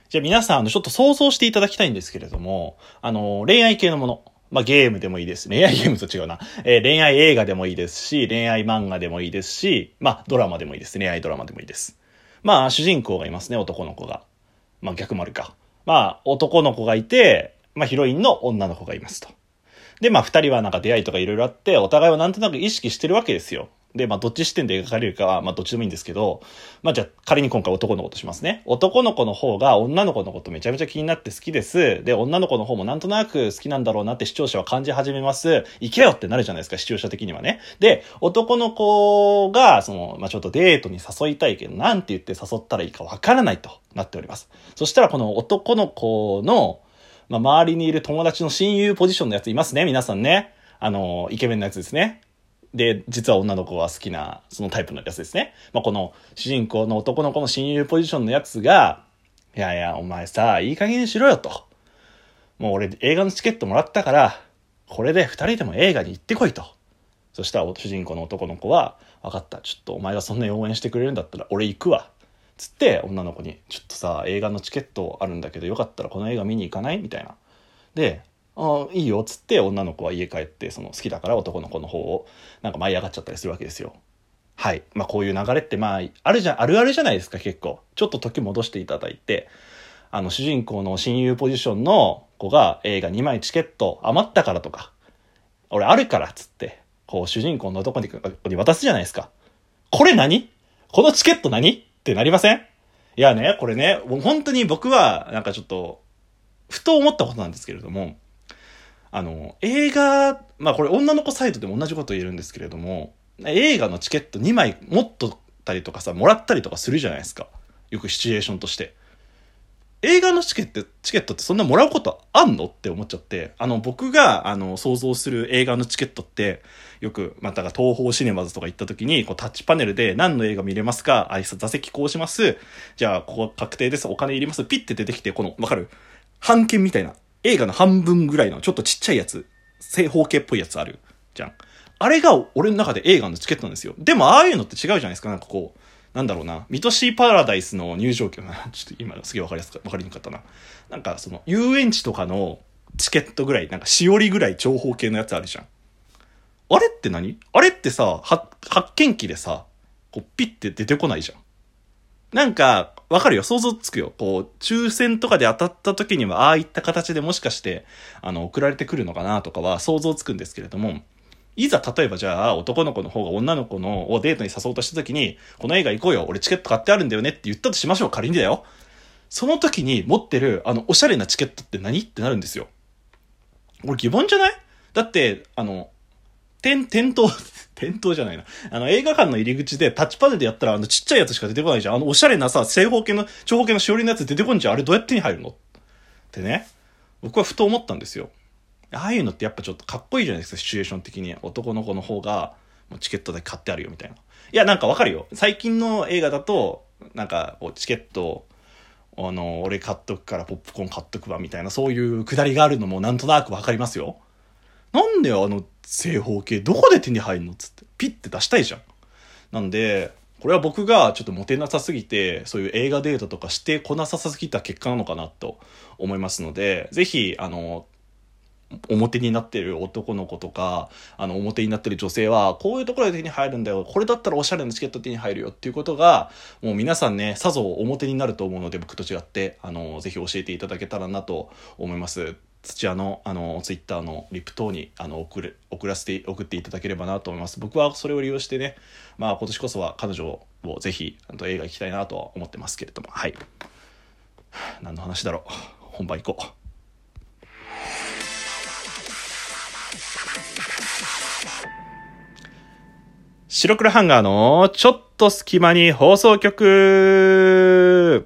じゃあ皆さん、ちょっと想像していただきたいんですけれども、恋愛系のもの。ゲームでもいいです。恋愛ゲームと違うな。恋愛映画でもいいですし、恋愛漫画でもいいですし、ドラマでもいいです。恋愛ドラマでもいいです。主人公がいますね、男の子が。逆もあるか。男の子がいて、ヒロインの女の子がいますと。で、二人はなんか出会いとかいろいろあって、お互いをなんとなく意識してるわけですよ。で、どっち視点で描かれるかは、どっちでもいいんですけど、じゃあ仮に今回男の子としますね。男の子の方が女の子のことめちゃめちゃ気になって好きです。で、女の子の方もなんとなく好きなんだろうなって視聴者は感じ始めます。行けよってなるじゃないですか、視聴者的にはね。で、男の子が、ちょっとデートに誘いたいけど、なんて言って誘ったらいいかわからないとなっております。そしたらこの男の子の、周りにいる友達の親友ポジションのやついますね、皆さんね。イケメンのやつですね。で、実は女の子が好きな、そのタイプのやつですね。この主人公の男の子の親友ポジションのやつが、いやいや、お前さ、いい加減にしろよと。もう俺映画のチケットもらったから、これで二人でも映画に行ってこいと。そしたら主人公の男の子は、分かった、ちょっとお前がそんなに応援してくれるんだったら俺行くわ。つって女の子に、ちょっとさ、映画のチケットあるんだけどよかったらこの映画見に行かないみたいな。で、いいよっつって女の子は家帰って好きだから男の子の方をなんか舞い上がっちゃったりするわけですよ。はい。こういう流れってあるあるあるじゃないですか、結構。ちょっと時戻していただいて、主人公の親友ポジションの子が映画2枚チケット余ったからとか、俺あるからっつって、主人公の男に渡すじゃないですか。これ何？このチケット何？ってなりません？いやね、これね、本当に僕はなんかちょっと、ふと思ったことなんですけれども、映画、これ女の子サイトでも同じこと言えるんですけれども、映画のチケット2枚持っとったりとかさ、もらったりとかするじゃないですか。よくシチュエーションとして。映画のチケットってそんなもらうことあんのって思っちゃって、僕が、想像する映画のチケットって、よく、東宝シネマズとか行った時に、タッチパネルで何の映画見れますか？座席こうします。じゃあ、ここ確定です。お金いります。ピッて出てきて、わかる？半券みたいな。映画の半分ぐらいのちょっとちっちゃいやつ、正方形っぽいやつあるじゃん。あれが俺の中で映画のチケットなんですよ。でもああいうのって違うじゃないですか。なんかなんだろうな、ミトシーパラダイスの入場券ちょっと今すげえわかりにくかったな。なんか遊園地とかのチケットぐらい、なんかしおりぐらい長方形のやつあるじゃん。あれって何？あれってさ、発見器でさ、ピッて出てこないじゃん。なんか、わかるよ。想像つくよ。抽選とかで当たった時には、ああいった形でもしかして、送られてくるのかなとかは想像つくんですけれども、いざ例えばじゃあ、男の子の方が女の子をデートに誘おうとした時に、この映画行こうよ。俺チケット買ってあるんだよねって言ったとしましょう。仮にだよ。その時に持ってる、おしゃれなチケットって何ってなるんですよ。俺疑問じゃない？だって、店頭じゃないな。映画館の入り口でタッチパネルでやったらちっちゃいやつしか出てこないじゃん。おしゃれなさ、長方形のしおりのやつ出てこんじゃん。あれどうやって手に入るのってね。僕はふと思ったんですよ。ああいうのってやっぱちょっとかっこいいじゃないですか、シチュエーション的に。男の子の方が、チケットで買ってあるよみたいな。いや、なんかわかるよ。最近の映画だと、なんか、チケット、俺買っとくからポップコーン買っとくわみたいな、そういうくだりがあるのもなんとなくわかりますよ。なんで正方形どこで手に入るのっつってピッて出したいじゃん。なんでこれは僕がちょっとモテなさすぎて、そういう映画デートとかしてこなさすぎた結果なのかなと思いますので、ぜひ表になってる男の子とか表になってる女性はこういうところで手に入るんだよ、これだったらおしゃれなチケット手に入るよっていうことがもう皆さんね、さぞ表になると思うので、僕と違ってぜひ教えていただけたらなと思います。土屋のツイッターのリプ等に送っていただければなと思います。僕はそれを利用してね、今年こそは彼女をぜひ映画行きたいなとは思ってますけれども、はい。何の話だろう。本番行こう。白黒ハンガーのちょっと隙間に放送局。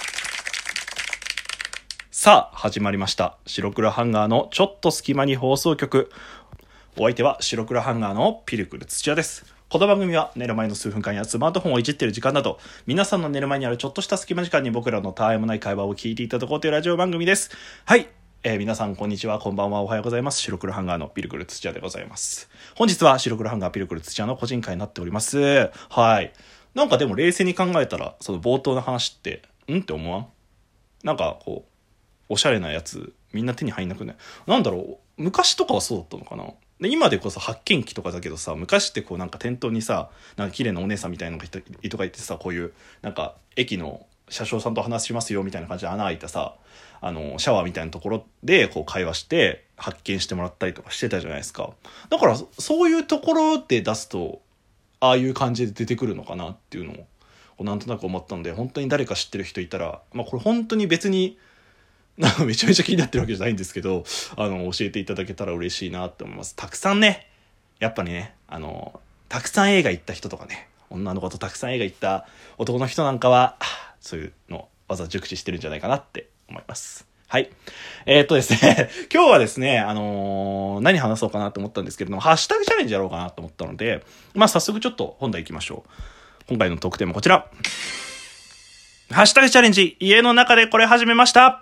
さあ始まりました。白黒ハンガーのちょっと隙間に放送局。お相手は白黒ハンガーのピルクル土屋です。この番組は寝る前の数分間やスマートフォンをいじっている時間など、皆さんの寝る前にあるちょっとした隙間時間に僕らのたわいもない会話を聞いていただこうというラジオ番組です。はい。皆さんこんにちは、こんばんは、おはようございます。白黒ハンガーのピルクル土屋でございます。本日は白黒ハンガーピルクル土屋の個人会になっております。はい。なんかでも冷静に考えたら、その冒頭の話ってって思わん？ なんかこう、おしゃれなやつ、みんな手に入んなくない？なんだろう、昔とかはそうだったのかな。で今でこそ発見器とかだけどさ、昔ってこうなんか店頭にさ、なんか綺麗なお姉さんみたいなのがいとかいてさ、こういうなんか駅の車掌さんと話しますよみたいな感じで穴開いたさ、シャワーみたいなところでこう会話して発見してもらったりとかしてたじゃないですか。だからそういうところで出すとああいう感じで出てくるのかなっていうのをこうなんとなく思ったので、本当に誰か知ってる人いたら、まあこれ本当に別になんかめちゃめちゃ気になってるわけじゃないんですけど、教えていただけたら嬉しいなって思います。たくさんね、やっぱりね、たくさん映画行った人とかね、女の子とたくさん映画行った男の人なんかは、そういうのわざ熟知してるんじゃないかなって思います。はい。ですね、今日はですね、何話そうかなと思ったんですけれども、ハッシュタグチャレンジやろうかなと思ったので、まあ早速ちょっと本題行きましょう。今回のトークテーマこちら。ハッシュタグチャレンジ、家の中でこれ始めました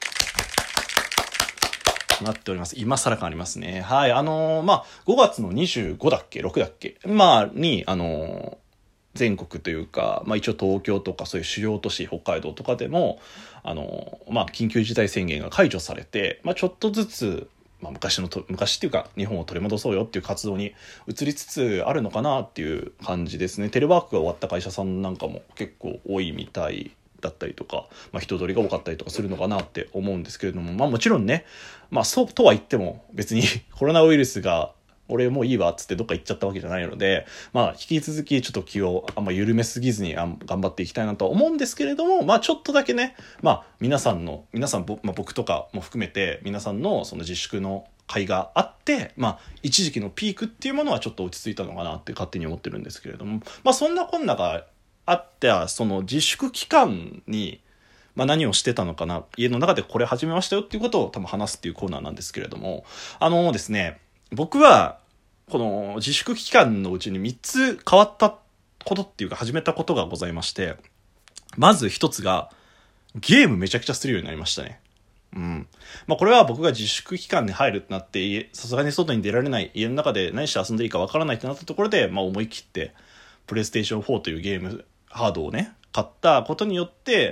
なっております。今更感ありますね。はい。まあ、5月の25だっけ ?6 だっけまあ、に、全国というか、まあ一応東京とかそういう主要都市、北海道とかでも、まあ緊急事態宣言が解除されて、まあちょっとずつ、まあ昔っていうか日本を取り戻そうよっていう活動に移りつつあるのかなっていう感じですね。テレワークが終わった会社さんなんかも結構多いみたいだったりとか、まあ、人通りが多かったりとかするのかなって思うんですけれども、まあもちろんね、まあそうとは言っても別にコロナウイルスが俺もういいわっつってどっか行っちゃったわけじゃないので、まあ引き続きちょっと気をあんま緩めすぎずに頑張っていきたいなとは思うんですけれども、まあちょっとだけね、まあ皆さん、まあ、僕とかも含めて皆さんのその自粛の会があって、まあ一時期のピークっていうものはちょっと落ち着いたのかなって勝手に思ってるんですけれども、まあそんなこんながあってはその自粛期間にまあ何をしてたのかな、家の中でこれ始めましたよっていうことを多分話すっていうコーナーなんですけれども、ですね、僕はこの自粛期間のうちに3つ変わったことっていうか始めたことがございまして、まず1つがゲームめちゃくちゃするようになりましたね。うん。まあこれは僕が自粛期間に入るってなって、さすがに外に出られない、家の中で何して遊んでいいかわからないってなったところで、まあ思い切ってプレイステーション4というゲームハードをね、買ったことによって、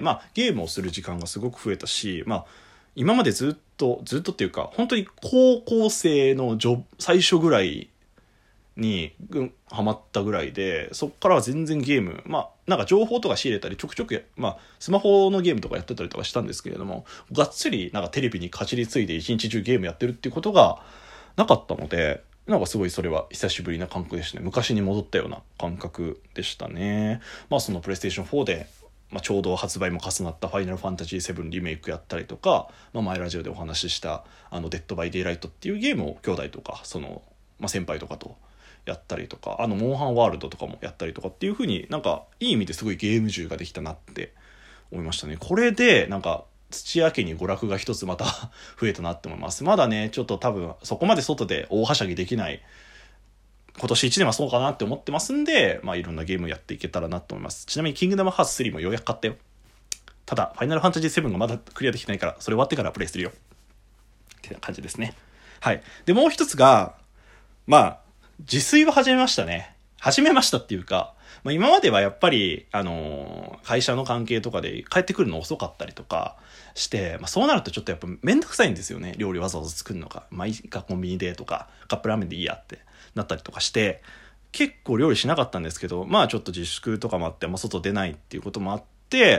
まあゲームをする時間がすごく増えたし、まあ今までずっとっていうか、本当に高校生の最初ぐらいにハマったぐらいで、そっからは全然ゲーム、まあなんか情報とか仕入れたりちょくちょくまあスマホのゲームとかやってたりとかしたんですけれども、がっつりなんかテレビにかじりついで一日中ゲームやってるっていうことがなかったので、なんかすごいそれは久しぶりな感覚でしたね。昔に戻ったような感覚でしたね。まあそのプレイステーション4で、まあ、ちょうど発売も重なったファイナルファンタジー7リメイクやったりとか、まあ、前ラジオでお話ししたデッドバイデイライトっていうゲームを兄弟とかまあ、先輩とかとやったりとか、モンハンワールドとかもやったりとかっていう風になんかいい意味ですごいゲーム充ができたなって思いましたね。これでなんか土屋家に娯楽が一つまた増えたなって思います。まだねちょっと多分そこまで外で大はしゃぎできない今年1年はそうかなって思ってますんで、まあいろんなゲームやっていけたらなと思います。ちなみにキングダムハーツ3もようやく買ったよ。ただファイナルファンタジー7がまだクリアできてないから、それ終わってからプレイするよってな感じですね。はい。でもう一つが、まあ自炊を始めましたね。始めましたっていうか、まあ、今まではやっぱり会社の関係とかで帰ってくるの遅かったりとかして、まあ、そうなるとちょっとやっぱめんどくさいんですよね。料理わざわざ作るのが、まあいいかコンビニでとかカップラーメンでいいやってなったりとかして、結構料理しなかったんですけど、まあちょっと自粛とかもあって、まあ、外出ないっていうこともあって、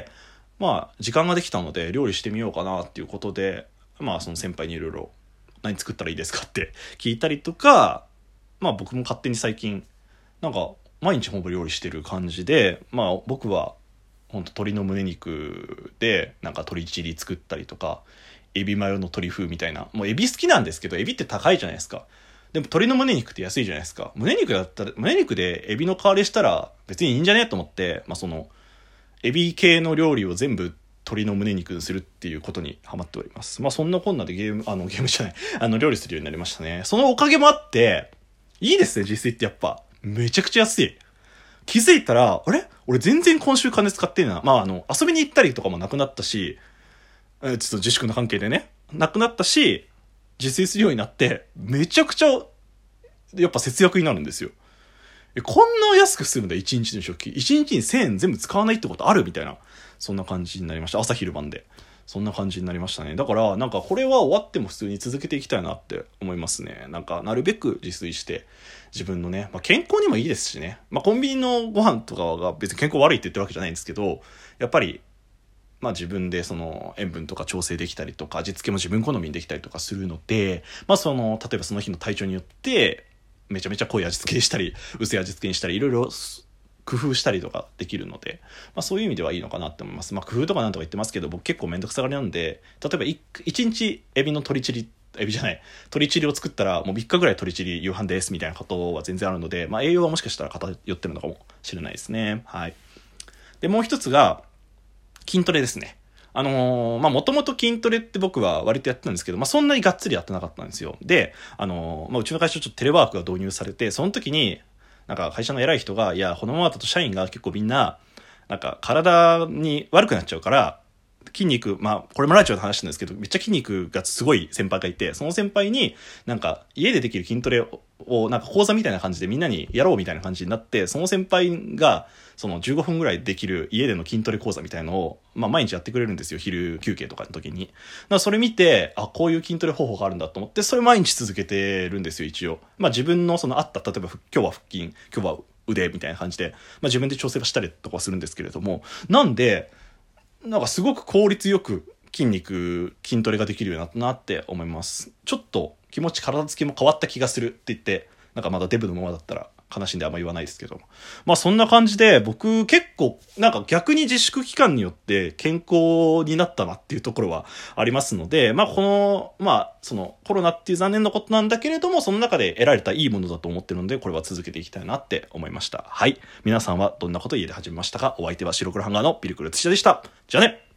まあ時間ができたので料理してみようかなっていうことで、まあその先輩にいろいろ何作ったらいいですかって聞いたりとか、まあ僕も勝手に最近なんか毎日ほぼ料理してる感じで、まあ僕は本当鶏の胸肉でなんか鶏チリ作ったりとか、エビマヨの鶏風みたいな、もうエビ好きなんですけどエビって高いじゃないですか。でも鶏の胸肉って安いじゃないですか。胸肉でエビの代わりしたら別にいいんじゃねと思って、まあそのエビ系の料理を全部鶏の胸肉にするっていうことにハマっております。まあそんなこんなでゲームじゃない料理するようになりましたね。そのおかげもあっていいですね、自炊ってやっぱめちゃくちゃ安い。気づいたらあれ俺全然今週金使ってんな。まあ遊びに行ったりとかもなくなったし、ちょっと自粛の関係でねなくなったし、自炊するようになってめちゃくちゃやっぱ節約になるんですよ。こんな安く済むんだ、1日の食費。1日に1000円全部使わないってことあるみたいな、そんな感じになりました。朝昼晩で。 そんな感じになりましたね。だからなんかこれは終わっても普通に続けていきたいなって思いますね。なんかなるべく自炊して自分のね、健康にもいいですしね。コンビニのご飯とかが別に健康悪いって言ってるわけじゃないんですけど、やっぱり自分でその塩分とか調整できたりとか味付けも自分好みにできたりとかするので、その例えばその日の体調によってめちゃめちゃ濃い味付けにしたり薄い味付けにしたりいろいろ工夫したりとかできるので、そういう意味ではいいのかなって思います。工夫とかなんとか言ってますけど、僕結構めんどくさがりなんで、例えば1日鶏チリを作ったらもう3日ぐらい鶏チリ夕飯ですみたいなことは全然あるので、栄養はもしかしたら偏ってるのかもしれないですね。はい。で、もう一つが筋トレですね。もともと筋トレって僕は割とやってたんですけど、そんなにがっつりやってなかったんですよ。で、うちの会社ちょっとテレワークが導入されて、その時に、なんか会社の偉い人が、いや、このままだと社員が結構みんな、なんか体に悪くなっちゃうから、筋肉、これもラジオで話したんですけど、めっちゃ筋肉がすごい先輩がいて、その先輩になんか家でできる筋トレをなんか講座みたいな感じでみんなにやろうみたいな感じになって、その先輩がその15分ぐらいできる家での筋トレ講座みたいのを毎日やってくれるんですよ。昼休憩とかの時に。だからそれ見て、こういう筋トレ方法があるんだと思って、それ毎日続けてるんですよ、一応。自分のそのあった、例えば今日は腹筋、今日は腕みたいな感じで、自分で調整したりとかするんですけれども、なんで、なんかすごく効率よく筋トレができるようになったなって思います。ちょっと気持ち体つきも変わった気がするって言って、なんかまだデブのままだったら悲しんであんま言わないですけど。そんな感じで僕結構なんか逆に自粛期間によって健康になったなっていうところはありますので、この、そのコロナっていう残念なことなんだけれども、その中で得られたいいものだと思ってるので、これは続けていきたいなって思いました。はい。皆さんはどんなことを家で始めましたか？お相手は白黒ハンガーのピルクル土田でした。じゃあね。